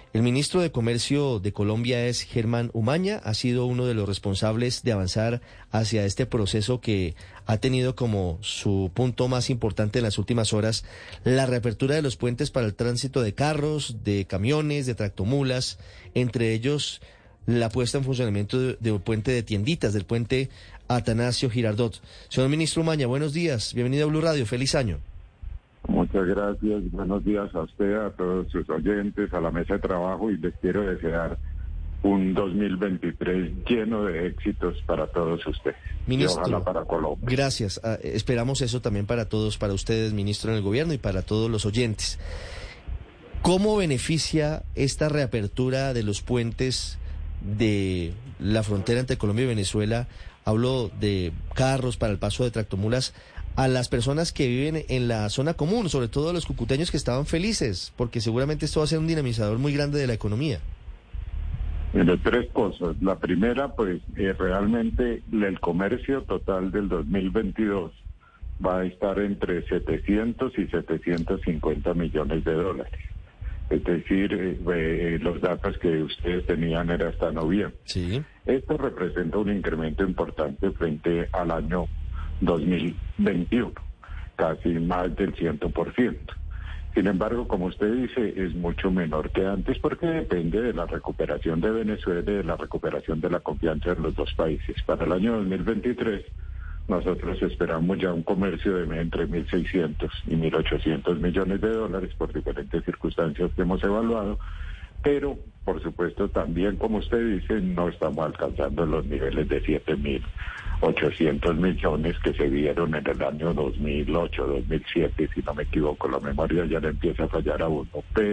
El ministro de Comercio de Colombia es Germán Umaña, ha sido uno de los responsables de avanzar hacia este proceso que ha tenido como su punto más importante en las últimas horas la reapertura de los puentes para el tránsito de carros, de camiones, de tractomulas, entre ellos la puesta en funcionamiento de un puente de tienditas, del puente Atanasio Girardot. Señor ministro Umaña, buenos días, bienvenido a Blue Radio, feliz año. Muchas gracias, buenos días a usted, a todos sus oyentes, a la mesa de trabajo, y les quiero desear un 2023 lleno de éxitos para todos ustedes. Ministro, y ojalá para Colombia. Gracias, esperamos eso también para todos, para ustedes, ministro en el gobierno, y para todos los oyentes. ¿Cómo beneficia esta reapertura de los puentes de la frontera entre Colombia y Venezuela? Hablo de carros para el paso de tractomulas, a las personas que viven en la zona común, sobre todo a los cucuteños que estaban felices, porque seguramente esto va a ser un dinamizador muy grande de la economía. Mire, tres cosas. La primera, pues realmente el comercio total del 2022 va a estar entre 700 y 750 millones de dólares. Es decir, los datos que ustedes tenían era hasta noviembre. Sí. Esto representa un incremento importante frente al año 2021, casi más del 100%. Sin embargo, como usted dice, es mucho menor que antes porque depende de la recuperación de Venezuela y de la recuperación de la confianza de los dos países. Para el año 2023, nosotros esperamos ya un comercio de entre 1.600 y 1.800 millones de dólares por diferentes circunstancias que hemos evaluado, pero, por supuesto, también, como usted dice, no estamos alcanzando los niveles de 7.800 millones que se vieron en el año 2008, 2007, si no me equivoco, la memoria ya le empieza a fallar a uno,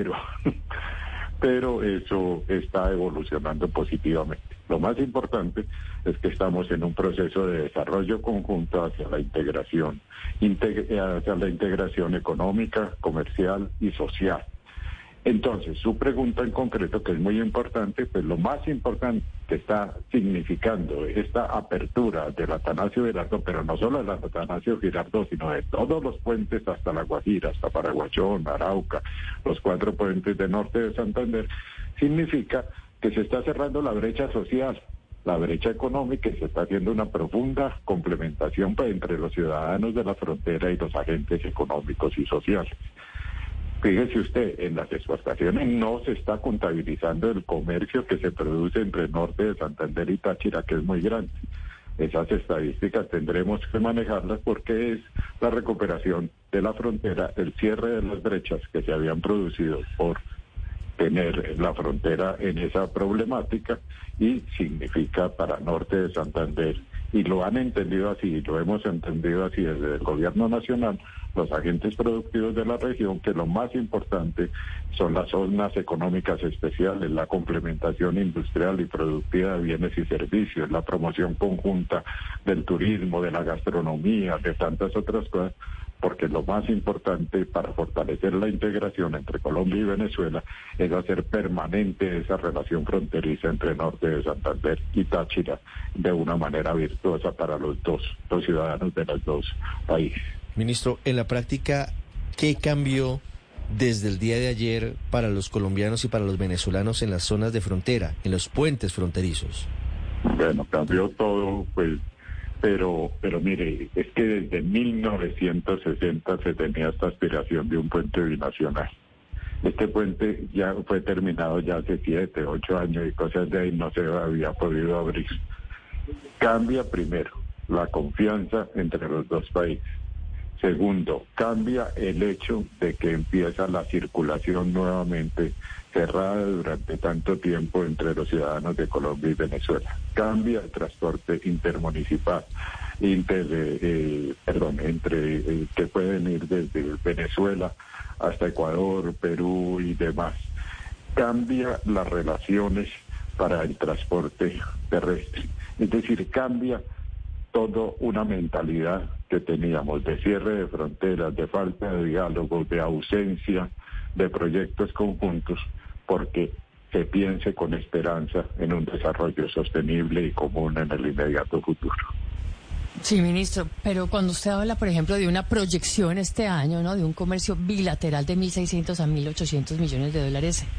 pero eso está evolucionando positivamente. Lo más importante es que estamos en un proceso de desarrollo conjunto hacia la integración económica, comercial y social. Entonces, su pregunta en concreto, que es muy importante, pues lo más importante que está significando esta apertura del Atanasio Girardot, pero no solo del Atanasio Girardot, sino de todos los puentes hasta La Guajira, hasta Paraguachón, Arauca, los 4 puentes de norte de Santander, significa que se está cerrando la brecha social, la brecha económica, y se está haciendo una profunda complementación pues, entre los ciudadanos de la frontera y los agentes económicos y sociales. Fíjese usted, en las exportaciones no se está contabilizando el comercio que se produce entre el norte de Santander y Táchira, que es muy grande. Esas estadísticas tendremos que manejarlas porque es la recuperación de la frontera, el cierre de las brechas que se habían producido por tener la frontera en esa problemática, y significa para norte de Santander, y lo han entendido así, lo hemos entendido así desde el gobierno nacional, los agentes productivos de la región, que lo más importante son las zonas económicas especiales, la complementación industrial y productiva de bienes y servicios, la promoción conjunta del turismo, de la gastronomía, de tantas otras cosas, porque lo más importante para fortalecer la integración entre Colombia y Venezuela es hacer permanente esa relación fronteriza entre norte de Santander y Táchira de una manera virtuosa para los ciudadanos de los dos países. Ministro, en la práctica, ¿qué cambió desde el día de ayer para los colombianos y para los venezolanos en las zonas de frontera, en los puentes fronterizos? Bueno, cambió todo, pues. Pero mire, es que desde 1960 se tenía esta aspiración de un puente binacional. Este puente ya fue terminado ya hace 7, 8 años y cosas de ahí no se había podido abrir. Cambia primero la confianza entre los dos países. Segundo, cambia el hecho de que empieza la circulación nuevamente cerrada durante tanto tiempo entre los ciudadanos de Colombia y Venezuela. Cambia el transporte intermunicipal, que pueden ir desde Venezuela hasta Ecuador, Perú y demás. Cambia las relaciones para el transporte terrestre. Es decir, cambia toda una mentalidad que teníamos de cierre de fronteras, de falta de diálogo, de ausencia de proyectos conjuntos, porque se piense con esperanza en un desarrollo sostenible y común en el inmediato futuro. Sí, ministro, pero cuando usted habla, por ejemplo, de una proyección este año, ¿no?, de un comercio bilateral de 1.600 a 1.800 millones de dólares,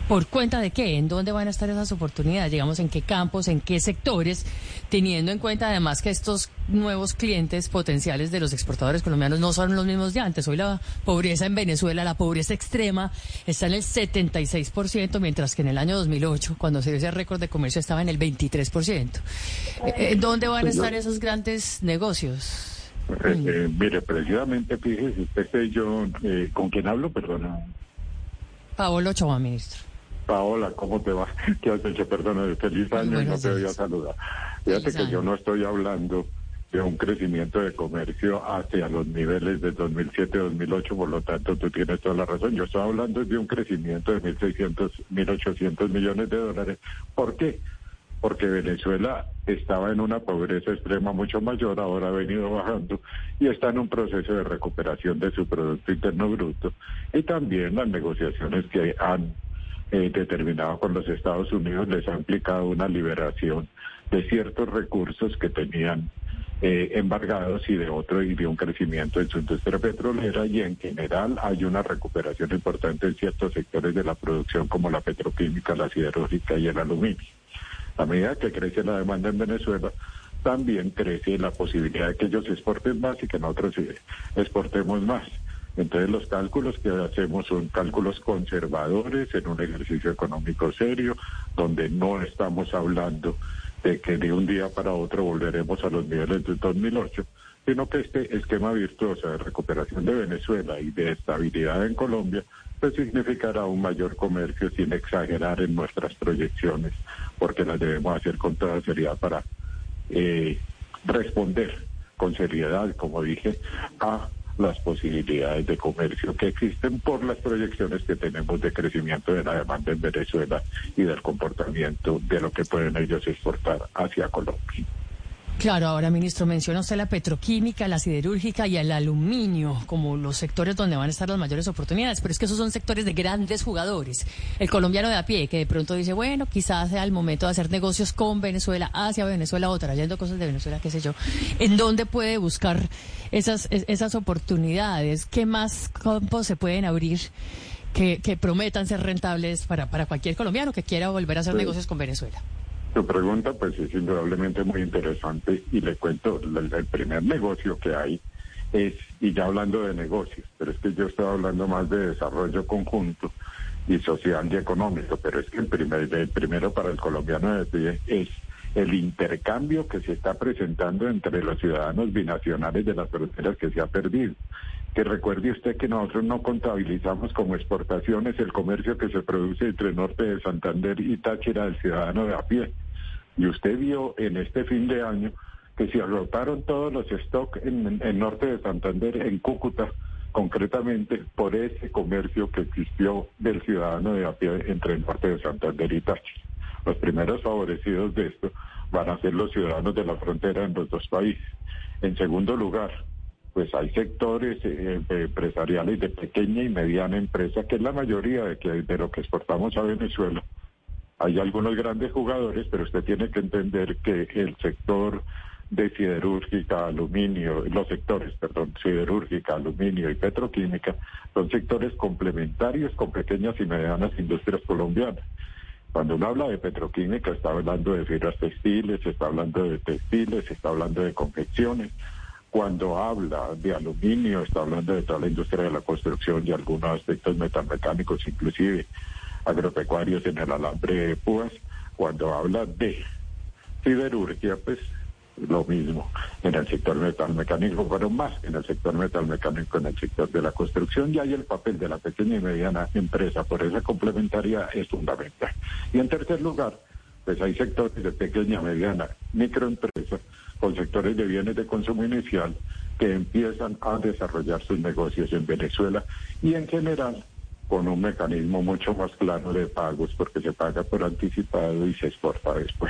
¿Por cuenta de qué? ¿En dónde van a estar esas oportunidades? Digamos, ¿en qué campos, en qué sectores? Teniendo en cuenta además que estos nuevos clientes potenciales de los exportadores colombianos no son los mismos de antes. Hoy la pobreza en Venezuela, la pobreza extrema, está en el 76%, mientras que en el año 2008, cuando se dio ese récord de comercio, estaba en el 23%. ¿Dónde van a estar esos grandes negocios? Mire, precisamente, fíjese usted, yo, ¿con quién hablo? Perdona. Paolo Ochoa, ministro. Paola, ¿cómo te va? ¿Qué has hecho? Perdona, feliz año y no te voy a saludar. Fíjate que yo no estoy hablando de un crecimiento de comercio hacia los niveles de 2007-2008, por lo tanto tú tienes toda la razón. Yo estoy hablando de un crecimiento de 1.600, 1.800 millones de dólares. ¿Por qué? Porque Venezuela estaba en una pobreza extrema mucho mayor, ahora ha venido bajando y está en un proceso de recuperación de su Producto Interno Bruto. Y también las negociaciones que han determinado con los Estados Unidos les ha implicado una liberación de ciertos recursos que tenían embargados y de un crecimiento en su industria petrolera, y en general hay una recuperación importante en ciertos sectores de la producción como la petroquímica, la siderúrgica y el aluminio. A medida que crece la demanda en Venezuela, también crece la posibilidad de que ellos exporten más y que nosotros exportemos más. Entonces los cálculos que hacemos son cálculos conservadores en un ejercicio económico serio, donde no estamos hablando de que de un día para otro volveremos a los niveles de 2008, sino que este esquema virtuoso de recuperación de Venezuela y de estabilidad en Colombia, pues significará un mayor comercio sin exagerar en nuestras proyecciones, porque las debemos hacer con toda seriedad para responder con seriedad, como dije, a las posibilidades de comercio que existen por las proyecciones que tenemos de crecimiento de la demanda en Venezuela y del comportamiento de lo que pueden ellos exportar hacia Colombia. Claro, ahora, ministro, menciona usted la petroquímica, la siderúrgica y el aluminio como los sectores donde van a estar las mayores oportunidades, pero es que esos son sectores de grandes jugadores. El colombiano de a pie, que de pronto dice, bueno, quizás sea el momento de hacer negocios con Venezuela, hacia Venezuela o trayendo cosas de Venezuela, qué sé yo. ¿En dónde puede buscar esas oportunidades? ¿Qué más campos se pueden abrir que prometan ser rentables para cualquier colombiano que quiera volver a hacer negocios con Venezuela? Tu pregunta pues es indudablemente muy interesante y le cuento, el primer negocio que hay es, y ya hablando de negocios, pero es que yo estaba hablando más de desarrollo conjunto y social y económico, pero es que el primero para el colombiano de pie es el intercambio que se está presentando entre los ciudadanos binacionales de las fronteras que se ha perdido. Que recuerde usted que nosotros no contabilizamos como exportaciones el comercio que se produce entre Norte de Santander y Táchira del ciudadano de a pie. Y usted vio en este fin de año que se agotaron todos los stocks en Norte de Santander, en Cúcuta, concretamente por ese comercio que existió del ciudadano de a pie entre Norte de Santander y Táchira. Los primeros favorecidos de esto van a ser los ciudadanos de la frontera en los dos países. En segundo lugar, pues hay sectores empresariales de pequeña y mediana empresa, que es la mayoría de lo que exportamos a Venezuela. Hay algunos grandes jugadores, pero usted tiene que entender que el sector de siderúrgica, aluminio, siderúrgica, aluminio y petroquímica, son sectores complementarios con pequeñas y medianas industrias colombianas. Cuando uno habla de petroquímica, está hablando de fibras textiles, está hablando de textiles, está hablando de confecciones. Cuando habla de aluminio, está hablando de toda la industria de la construcción y algunos aspectos metalmecánicos, inclusive agropecuarios en el alambre de púas. Cuando habla de siderurgia, pues lo mismo en el sector metalmecánico, pero más en el sector metalmecánico, en el sector de la construcción, y ahí el papel de la pequeña y mediana empresa por esa complementaria es fundamental. Y en tercer lugar, pues hay sectores de pequeña, mediana, microempresa, con sectores de bienes de consumo inicial que empiezan a desarrollar sus negocios en Venezuela y en general con un mecanismo mucho más claro de pagos, porque se paga por anticipado y se exporta después.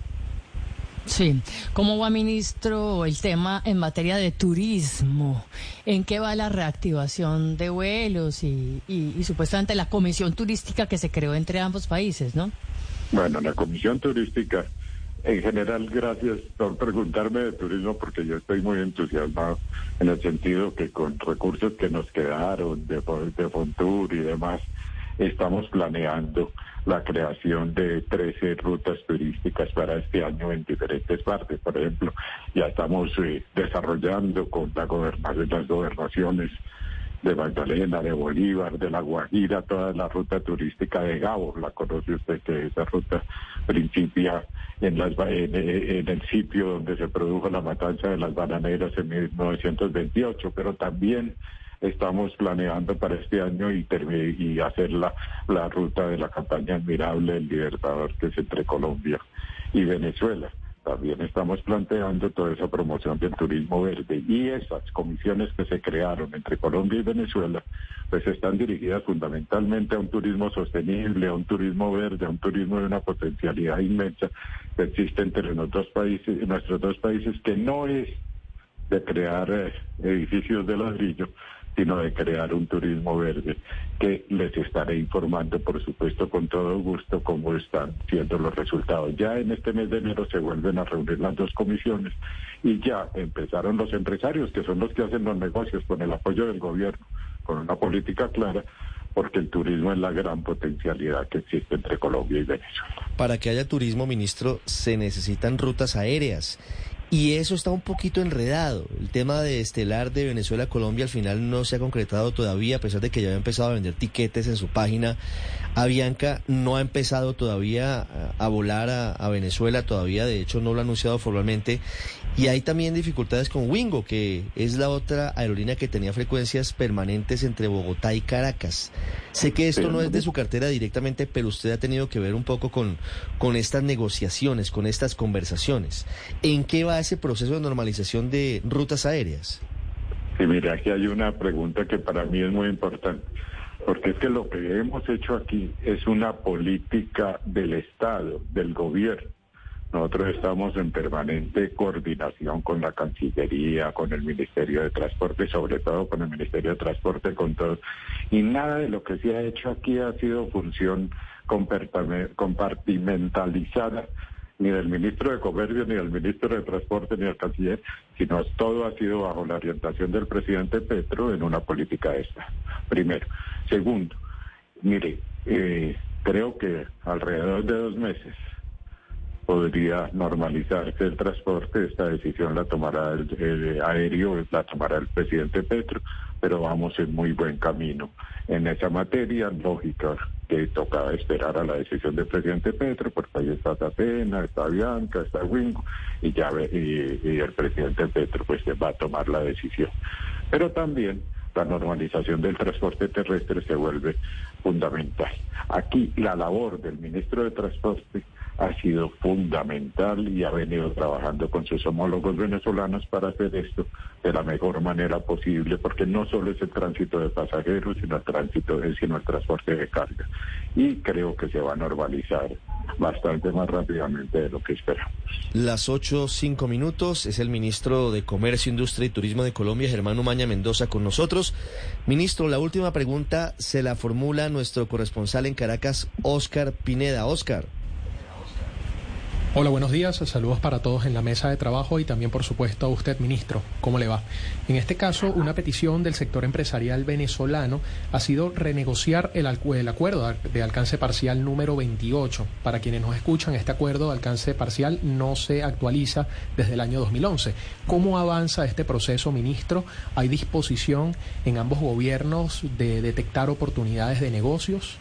Sí. ¿Cómo va, ministro, el tema en materia de turismo? ¿En qué va la reactivación de vuelos y supuestamente la comisión turística que se creó entre ambos países, no? Bueno, la comisión turística, en general, gracias por preguntarme de turismo, porque yo estoy muy entusiasmado en el sentido que con recursos que nos quedaron de Fontur y demás, estamos planeando la creación de 13 rutas turísticas para este año en diferentes partes. Por ejemplo, ya estamos desarrollando con las gobernaciones de Magdalena, de Bolívar, de La Guajira, toda la ruta turística de Gabo. La conoce usted, que esa ruta principia en el sitio donde se produjo la matanza de las bananeras en 1928, pero también estamos planeando para este año y hacer la ruta de la campaña admirable del Libertador, que es entre Colombia y Venezuela. También estamos planteando toda esa promoción del turismo verde, y esas comisiones que se crearon entre Colombia y Venezuela pues están dirigidas fundamentalmente a un turismo sostenible, a un turismo verde, a un turismo de una potencialidad inmensa que existe entre nuestros dos países, que no es de crear edificios de ladrillo, sino de crear un turismo verde, que les estaré informando, por supuesto, con todo gusto, cómo están siendo los resultados. Ya en este mes de enero se vuelven a reunir las dos comisiones y ya empezaron los empresarios, que son los que hacen los negocios con el apoyo del gobierno, con una política clara, porque el turismo es la gran potencialidad que existe entre Colombia y Venezuela. Para que haya turismo, ministro, se necesitan rutas aéreas. Y eso está un poquito enredado. El tema de Estelar de Venezuela a Colombia al final no se ha concretado todavía, a pesar de que ya había empezado a vender tiquetes en su página. Avianca no ha empezado todavía a volar a Venezuela, todavía de hecho no lo ha anunciado formalmente. Y hay también dificultades con Wingo, que es la otra aerolínea que tenía frecuencias permanentes entre Bogotá y Caracas. Sé que esto no es de su cartera directamente, pero usted ha tenido que ver un poco con estas negociaciones, con estas conversaciones. ¿En qué va ese proceso de normalización de rutas aéreas? Sí, mira, aquí hay una pregunta que para mí es muy importante, porque es que lo que hemos hecho aquí es una política del Estado, del gobierno. Nosotros estamos en permanente coordinación con la Cancillería, con el Ministerio de Transporte, sobre todo con el Ministerio de Transporte, con todos. Y nada de lo que se ha hecho aquí ha sido función compartimentalizada, ni del ministro de Comercio, ni del ministro de Transporte, ni del canciller, sino todo ha sido bajo la orientación del presidente Petro en una política esta. Primero. Segundo, mire, creo que alrededor de 2 meses podría normalizarse el transporte. Esta decisión la tomará el aéreo, la tomará el presidente Petro, pero vamos en muy buen camino. En esa materia, lógica, que tocaba esperar a la decisión del presidente Petro, porque ahí está Tatena, está Avianca, está Wingo, y el presidente Petro pues va a tomar la decisión. Pero también la normalización del transporte terrestre se vuelve fundamental. Aquí la labor del ministro de Transporte ha sido fundamental y ha venido trabajando con sus homólogos venezolanos para hacer esto de la mejor manera posible, porque no solo es el tránsito de pasajeros, sino el transporte de carga. Y creo que se va a normalizar bastante más rápidamente de lo que esperamos. Las 8:05 es el ministro de Comercio, Industria y Turismo de Colombia, Germán Umaña Mendoza, con nosotros. Ministro, la última pregunta se la formula nuestro corresponsal en Caracas, Óscar Pineda. Óscar. Hola, buenos días. Saludos para todos en la mesa de trabajo y también, por supuesto, a usted, ministro. ¿Cómo le va? En este caso, una petición del sector empresarial venezolano ha sido renegociar el acuerdo de alcance parcial número 28. Para quienes nos escuchan, este acuerdo de alcance parcial no se actualiza desde el año 2011. ¿Cómo avanza este proceso, ministro? ¿Hay disposición en ambos gobiernos de detectar oportunidades de negocios?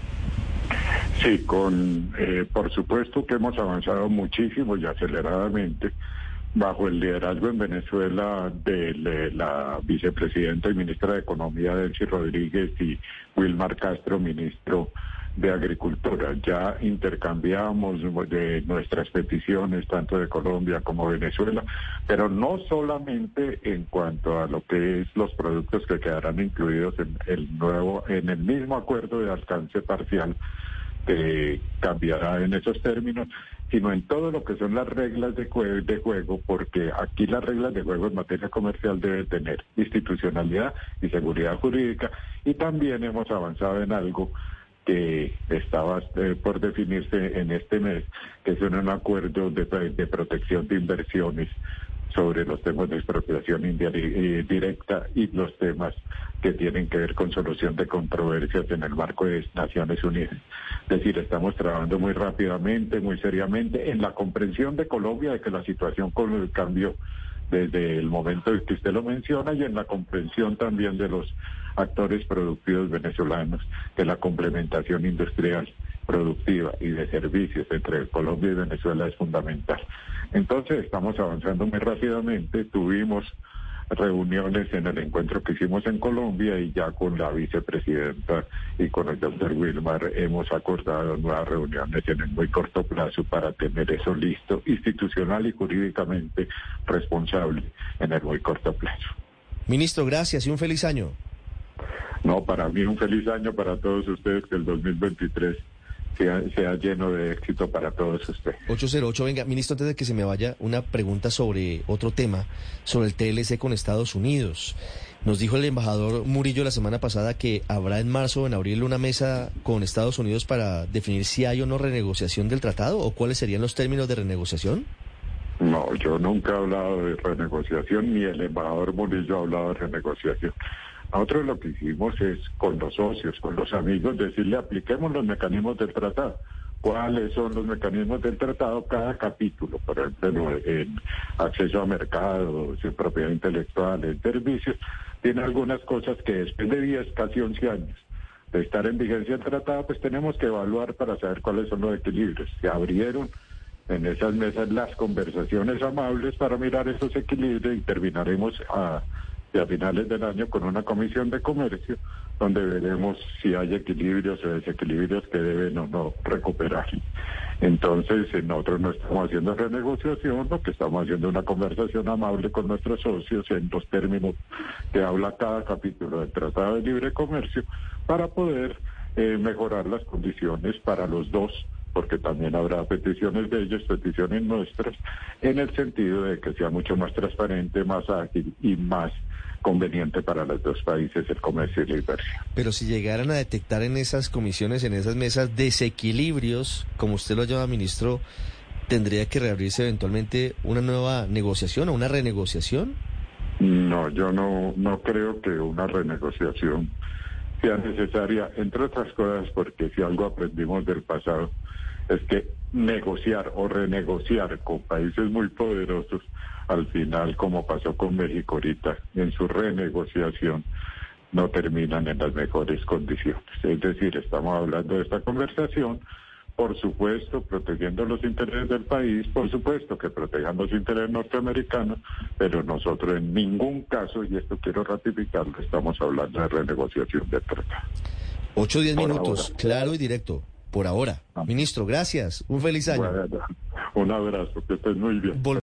Sí, por supuesto que hemos avanzado muchísimo y aceleradamente bajo el liderazgo en Venezuela de la vicepresidenta y ministra de Economía, Delcy Rodríguez, y Wilmar Castro, ministro de Agricultura. Ya intercambiamos de nuestras peticiones, tanto de Colombia como Venezuela, pero no solamente en cuanto a lo que es los productos que quedarán incluidos en el mismo acuerdo de alcance parcial, que cambiará en esos términos, sino en todo lo que son las reglas de juego, porque aquí las reglas de juego en materia comercial deben tener institucionalidad y seguridad jurídica, y también hemos avanzado en algo que estaba por definirse en este mes, que es un acuerdo de protección de inversiones sobre los temas de expropiación directa y los temas que tienen que ver con solución de controversias en el marco de Naciones Unidas. Es decir, estamos trabajando muy rápidamente, muy seriamente en la comprensión de Colombia de que la situación con el cambio desde el momento en que usted lo menciona y en la comprensión también de los actores productivos venezolanos, que la complementación industrial, productiva y de servicios entre Colombia y Venezuela es fundamental. Entonces estamos avanzando muy rápidamente, tuvimos reuniones en el encuentro que hicimos en Colombia y ya con la vicepresidenta y con el doctor Wilmar hemos acordado nuevas reuniones en el muy corto plazo para tener eso listo, institucional y jurídicamente responsable en el muy corto plazo. Ministro, gracias y un feliz año. No, para mí un feliz año para todos ustedes, que el 2023 sea lleno de éxito para todos ustedes. 808, venga, ministro, antes de que se me vaya, una pregunta sobre otro tema, sobre el TLC con Estados Unidos. Nos dijo el embajador Murillo la semana pasada que habrá en marzo o en abril una mesa con Estados Unidos para definir si hay o no renegociación del tratado, o cuáles serían los términos de renegociación. No, yo nunca he hablado de renegociación, ni el embajador Murillo ha hablado de renegociación. Nosotros lo que hicimos es, con los socios, con los amigos, decirle apliquemos los mecanismos del tratado. ¿Cuáles son los mecanismos del tratado? Cada capítulo, por ejemplo, en acceso a mercados, en propiedad intelectual, en servicios, tiene algunas cosas que después de 10, casi 11 años de estar en vigencia el tratado, pues tenemos que evaluar para saber cuáles son los equilibrios. Se abrieron en esas mesas las conversaciones amables para mirar esos equilibrios y terminaremos a finales del año con una comisión de comercio donde veremos si hay equilibrios o desequilibrios que deben o no recuperar. Entonces, nosotros no estamos haciendo renegociación, lo que estamos haciendo es una conversación amable con nuestros socios en los términos que habla cada capítulo del Tratado de Libre Comercio para poder mejorar las condiciones para los dos, porque también habrá peticiones de ellos, peticiones nuestras, en el sentido de que sea mucho más transparente, más ágil y más conveniente para los dos países el comercio y la inversión. Pero si llegaran a detectar en esas comisiones, en esas mesas, desequilibrios, como usted lo llama, ministro, ¿tendría que reabrirse eventualmente una nueva negociación o una renegociación? No, yo no creo que una renegociación sea necesaria, entre otras cosas porque si algo aprendimos del pasado es que negociar o renegociar con países muy poderosos, al final, como pasó con México ahorita, en su renegociación no terminan en las mejores condiciones. Es decir, estamos hablando de esta conversación, por supuesto, protegiendo los intereses del país, por supuesto que protejan los intereses norteamericanos, pero nosotros en ningún caso, y esto quiero ratificarlo, estamos hablando de renegociación del tratado. 8-10 minutos, ahora. Claro y directo, por ahora. Ministro, gracias, un feliz año. Bueno, un abrazo, que estés muy bien.